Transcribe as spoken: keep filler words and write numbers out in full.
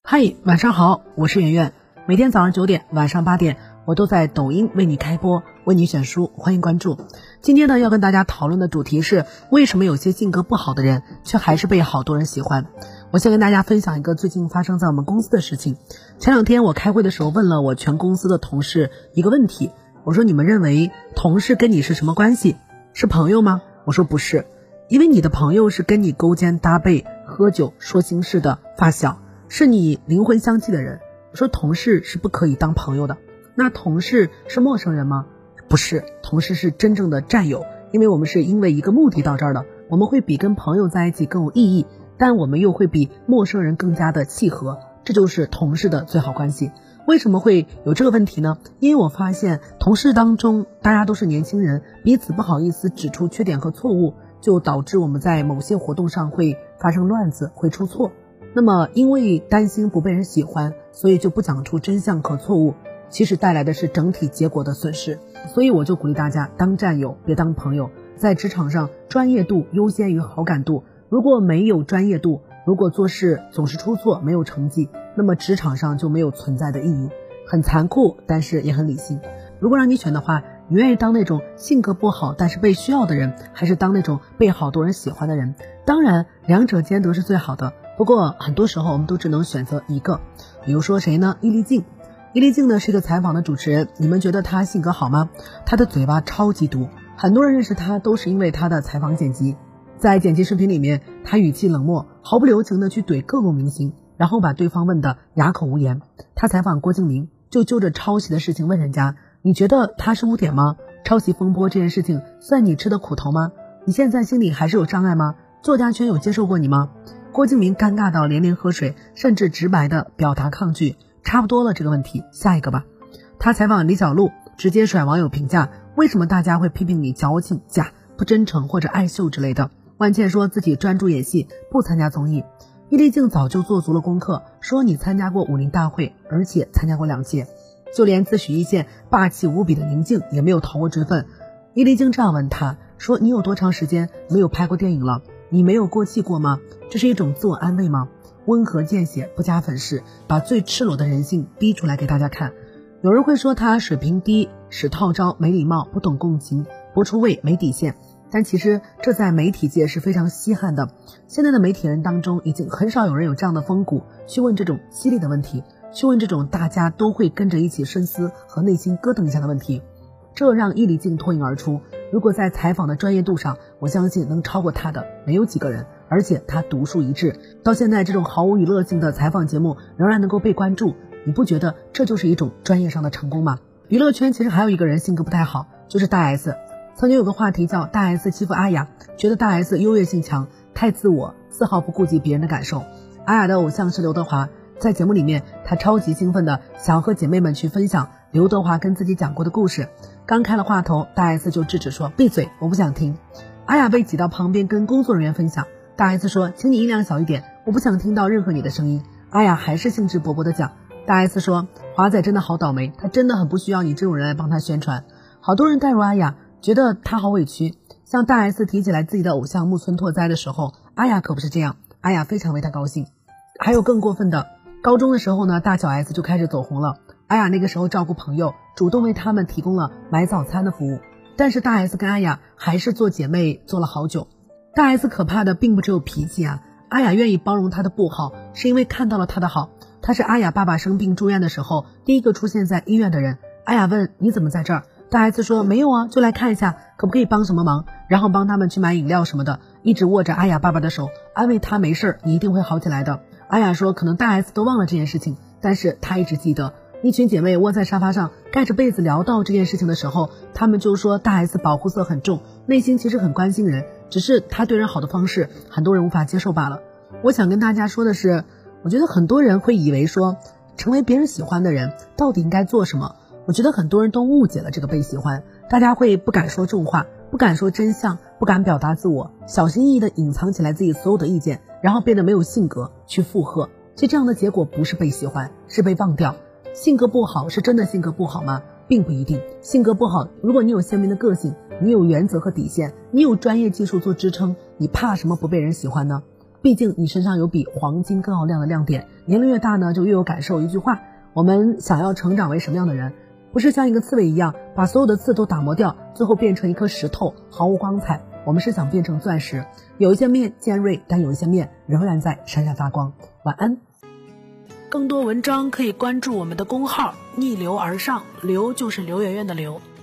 嗨，晚上好，我是圆圆。每天早上九点，晚上八点，我都在抖音为你开播，为你选书，欢迎关注。今天呢，要跟大家讨论的主题是为什么有些性格不好的人，却还是被好多人喜欢。我先跟大家分享一个最近发生在我们公司的事情。前两天我开会的时候，问了我全公司的同事一个问题，我说你们认为同事跟你是什么关系？是朋友吗？我说不是，因为你的朋友是跟你勾肩搭背、喝酒说心事的发小，是你灵魂相契的人。我说同事是不可以当朋友的。那同事是陌生人吗？不是，同事是真正的战友，因为我们是因为一个目的到这儿的，我们会比跟朋友在一起更有意义，但我们又会比陌生人更加的契合，这就是同事的最好关系。为什么会有这个问题呢？因为我发现同事当中大家都是年轻人，彼此不好意思指出缺点和错误，就导致我们在某些活动上会发生乱子，会出错。那么因为担心不被人喜欢，所以就不讲出真相和错误，其实带来的是整体结果的损失。所以我就鼓励大家当战友，别当朋友。在职场上，专业度优先于好感度。如果没有专业度，如果做事总是出错，没有成绩，那么职场上就没有存在的意义。很残酷，但是也很理性。如果让你选的话，你愿意当那种性格不好但是被需要的人，还是当那种被好多人喜欢的人？当然两者兼得是最好的，不过很多时候我们都只能选择一个。比如说谁呢？伊丽静。伊丽静呢是一个采访的主持人，你们觉得她性格好吗？她的嘴巴超级毒，很多人认识她都是因为她的采访剪辑。在剪辑视频里面，她语气冷漠，毫不留情的去怼各路明星，然后把对方问得哑口无言。她采访郭敬明，就就着抄袭的事情问人家，你觉得他是污点吗？抄袭风波这件事情算你吃的苦头吗？你现在心里还是有障碍吗？作家圈有接受过你吗？郭敬明尴尬到连连喝水，甚至直白的表达抗拒。差不多了这个问题，下一个吧。他采访李小璐，直接甩网友评价，为什么大家会批评你矫情、假、不真诚或者爱秀之类的。万茜说自己专注演戏，不参加综艺。伊丽静早就做足了功课，说你参加过武林大会，而且参加过两届，就连自诩一线霸气无比的宁静也没有逃过追问。伊丽静这样问他，说你有多长时间没有拍过电影了？你没有过气过吗？这是一种自我安慰吗？温和见血，不加粉饰，把最赤裸的人性逼出来给大家看。有人会说他水平低，使套招，没礼貌，不懂共情，播出位，没底线。但其实这在媒体界是非常稀罕的。现在的媒体人当中，已经很少有人有这样的风骨，去问这种犀利的问题，去问这种大家都会跟着一起深思和内心咯噔一下的问题。这让伊丽静脱颖而出。如果在采访的专业度上，我相信能超过她的没有几个人，而且她独树一帜。到现在这种毫无娱乐性的采访节目仍然能够被关注，你不觉得这就是一种专业上的成功吗？娱乐圈其实还有一个人性格不太好，就是大 S。 曾经有个话题叫大 S 欺负阿雅，觉得大 S 优越性强，太自我，丝毫不顾及别人的感受。阿雅的偶像是刘德华，在节目里面她超级兴奋的想要和姐妹们去分享刘德华跟自己讲过的故事。刚开了话头，大 S 就制止说闭嘴，我不想听。阿雅被挤到旁边跟工作人员分享，大 S 说请你音量小一点，我不想听到任何你的声音。阿雅还是兴致勃勃的讲，大 S 说华仔真的好倒霉，他真的很不需要你这种人来帮他宣传。好多人带入阿雅，觉得他好委屈。像大 S 提起来自己的偶像木村拓哉的时候，阿雅可不是这样，阿雅非常为他高兴。还有更过分的，高中的时候呢，大小 S 就开始走红了，阿雅那个时候照顾朋友，主动为他们提供了买早餐的服务，但是大 S 跟阿雅还是做姐妹做了好久。大 S 可怕的并不只有脾气啊，阿雅愿意包容她的不好，是因为看到了她的好。她是阿雅爸爸生病住院的时候第一个出现在医院的人。阿雅问你怎么在这儿？大 S 说没有啊，就来看一下可不可以帮什么忙，然后帮他们去买饮料什么的，一直握着阿雅爸爸的手，安慰他没事，你一定会好起来的。阿雅说可能大 S 都忘了这件事情，但是她一直记得。一群姐妹窝在沙发上盖着被子聊到这件事情的时候，她们就说大 S 保护色很重，内心其实很关心人，只是她对人好的方式很多人无法接受罢了。我想跟大家说的是，我觉得很多人会以为说成为别人喜欢的人到底应该做什么。我觉得很多人都误解了这个被喜欢，大家会不敢说重话，不敢说真相，不敢表达自我，小心翼翼地隐藏起来自己所有的意见，然后变得没有性格去附和。其实这样的结果不是被喜欢，是被忘掉。性格不好是真的性格不好吗？并不一定。性格不好，如果你有鲜明的个性，你有原则和底线，你有专业技术做支撑，你怕什么不被人喜欢呢？ 毕竟你身上有比黄金更好亮的亮点，年龄越大呢，就越有感受。一句话，我们想要成长为什么样的人？不是像一个刺猬一样，把所有的刺都打磨掉，最后变成一颗石头，毫无光彩。我们是想变成钻石，有一些面尖锐，但有一些面仍然在闪闪发光。晚安。更多文章可以关注我们的公号逆流而上，流就是刘媛媛的流。